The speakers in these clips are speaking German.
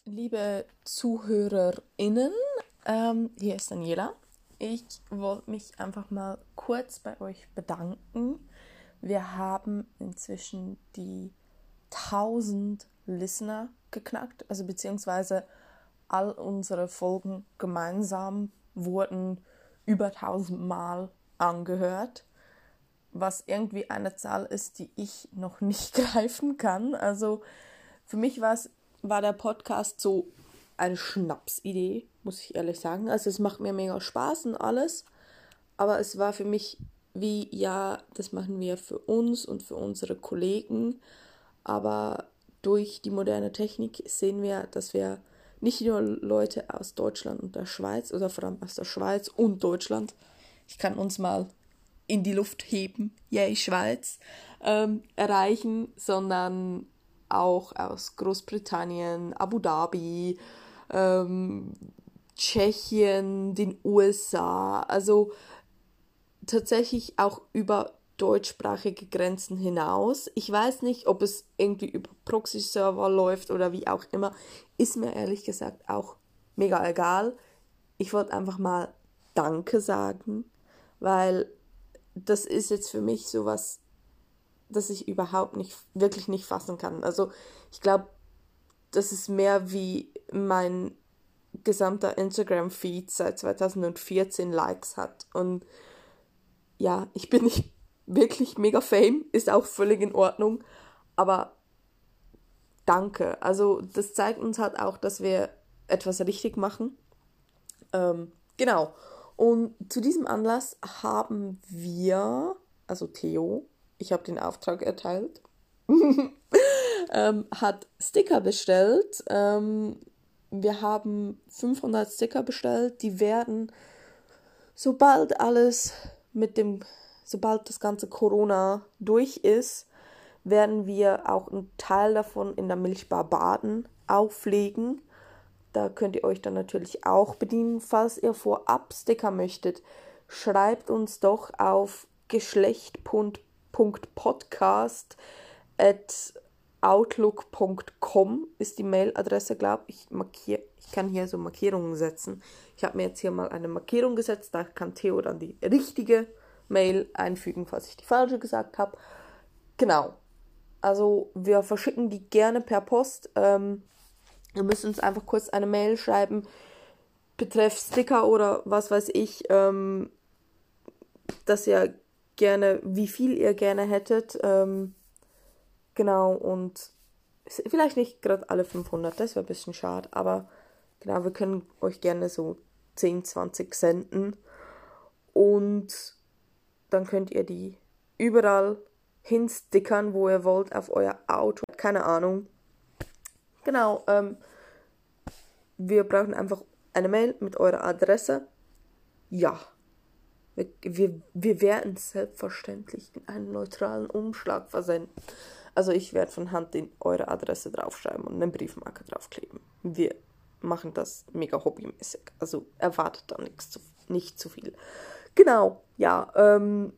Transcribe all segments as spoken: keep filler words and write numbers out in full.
Liebe ZuhörerInnen, ähm, hier ist Daniela. Ich wollte mich einfach mal kurz bei euch bedanken. Wir haben inzwischen die tausend Listener geknackt, also beziehungsweise all unsere Folgen gemeinsam wurden über tausend Mal angehört, was irgendwie eine Zahl ist, die ich noch nicht greifen kann. Also für mich war es war der Podcast so eine Schnapsidee, muss ich ehrlich sagen. Also es macht mir mega Spaß und alles, aber es war für mich wie, ja, das machen wir für uns und für unsere Kollegen, aber durch die moderne Technik sehen wir, dass wir nicht nur Leute aus Deutschland und der Schweiz, oder vor allem aus der Schweiz und Deutschland, ich kann uns mal in die Luft heben, yay Schweiz, ähm, erreichen, sondern auch aus Großbritannien, Abu Dhabi, ähm, Tschechien, den U S A, also tatsächlich auch über deutschsprachige Grenzen hinaus. Ich weiß nicht, ob es irgendwie über Proxy-Server läuft oder wie auch immer, ist mir ehrlich gesagt auch mega egal. Ich wollte einfach mal Danke sagen, weil das ist jetzt für mich sowas, das ich überhaupt nicht, wirklich nicht fassen kann. Also ich glaube, das ist mehr wie mein gesamter Instagram-Feed seit zweitausendvierzehn Likes hat. Und ja, ich bin nicht wirklich mega fame, ist auch völlig in Ordnung, aber danke. Also das zeigt uns halt auch, dass wir etwas richtig machen. Ähm, genau. Und zu diesem Anlass haben wir, also Theo, ich habe den Auftrag erteilt, ähm, hat Sticker bestellt. Ähm, wir haben fünfhundert Sticker bestellt. Die werden, sobald alles mit dem, sobald das ganze Corona durch ist, werden wir auch einen Teil davon in der Milchbar Baden auflegen. Da könnt ihr euch dann natürlich auch bedienen. Falls ihr vorab Sticker möchtet, schreibt uns doch auf geschlecht.podcast at outlook punkt com ist die Mailadresse, glaube ich. Markier- ich kann hier so Markierungen setzen. Ich habe mir jetzt hier mal eine Markierung gesetzt, da kann Theo dann die richtige Mail einfügen, falls ich die falsche gesagt habe. Genau. Also wir verschicken die gerne per Post. Ähm, ihr müsst uns einfach kurz eine Mail schreiben, betreff Sticker oder was weiß ich, ähm, dass ihr gerne, wie viel ihr gerne hättet. Ähm, genau, und vielleicht nicht gerade alle fünfhundert, das wäre ein bisschen schade, aber genau, wir können euch gerne so zehn, zwanzig senden und dann könnt ihr die überall hinstickern, wo ihr wollt, auf euer Auto, keine Ahnung. Genau, ähm, wir brauchen einfach eine Mail mit eurer Adresse. Ja, wir, wir, wir werden selbstverständlich in einen neutralen Umschlag versenden. Also ich werde von Hand in eure Adresse draufschreiben und einen Briefmarke draufkleben. Wir machen das mega hobbymäßig. Also erwartet da nichts zu, nicht zu viel. Genau, ja, ähm,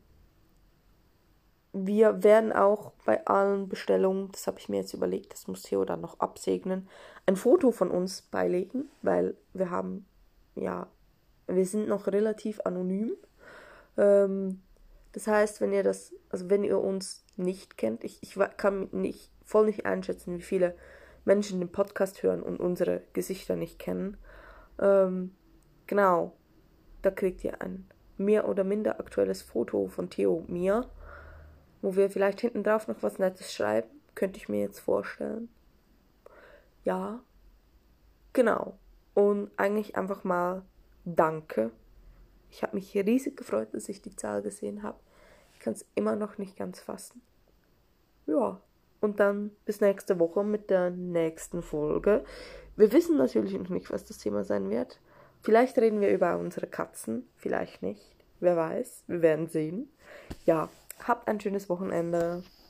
wir werden auch bei allen Bestellungen, das habe ich mir jetzt überlegt, das muss Theo dann noch absegnen, ein Foto von uns beilegen, weil wir haben, ja, wir sind noch relativ anonym. Ähm, das heißt, wenn ihr das, also wenn ihr uns nicht kennt, ich, ich kann nicht, voll nicht einschätzen, wie viele Menschen den Podcast hören und unsere Gesichter nicht kennen. Ähm, genau, da kriegt ihr ein mehr oder minder aktuelles Foto von Theo und mir, wo wir vielleicht hinten drauf noch was Nettes schreiben. Könnte ich mir jetzt vorstellen. Ja, genau. Und eigentlich einfach mal Danke. Ich habe mich hier riesig gefreut, dass ich die Zahl gesehen habe. Ich kann es immer noch nicht ganz fassen. Ja, und dann bis nächste Woche mit der nächsten Folge. Wir wissen natürlich noch nicht, was das Thema sein wird. Vielleicht reden wir über unsere Katzen, vielleicht nicht. Wer weiß, wir werden sehen. Ja, habt ein schönes Wochenende.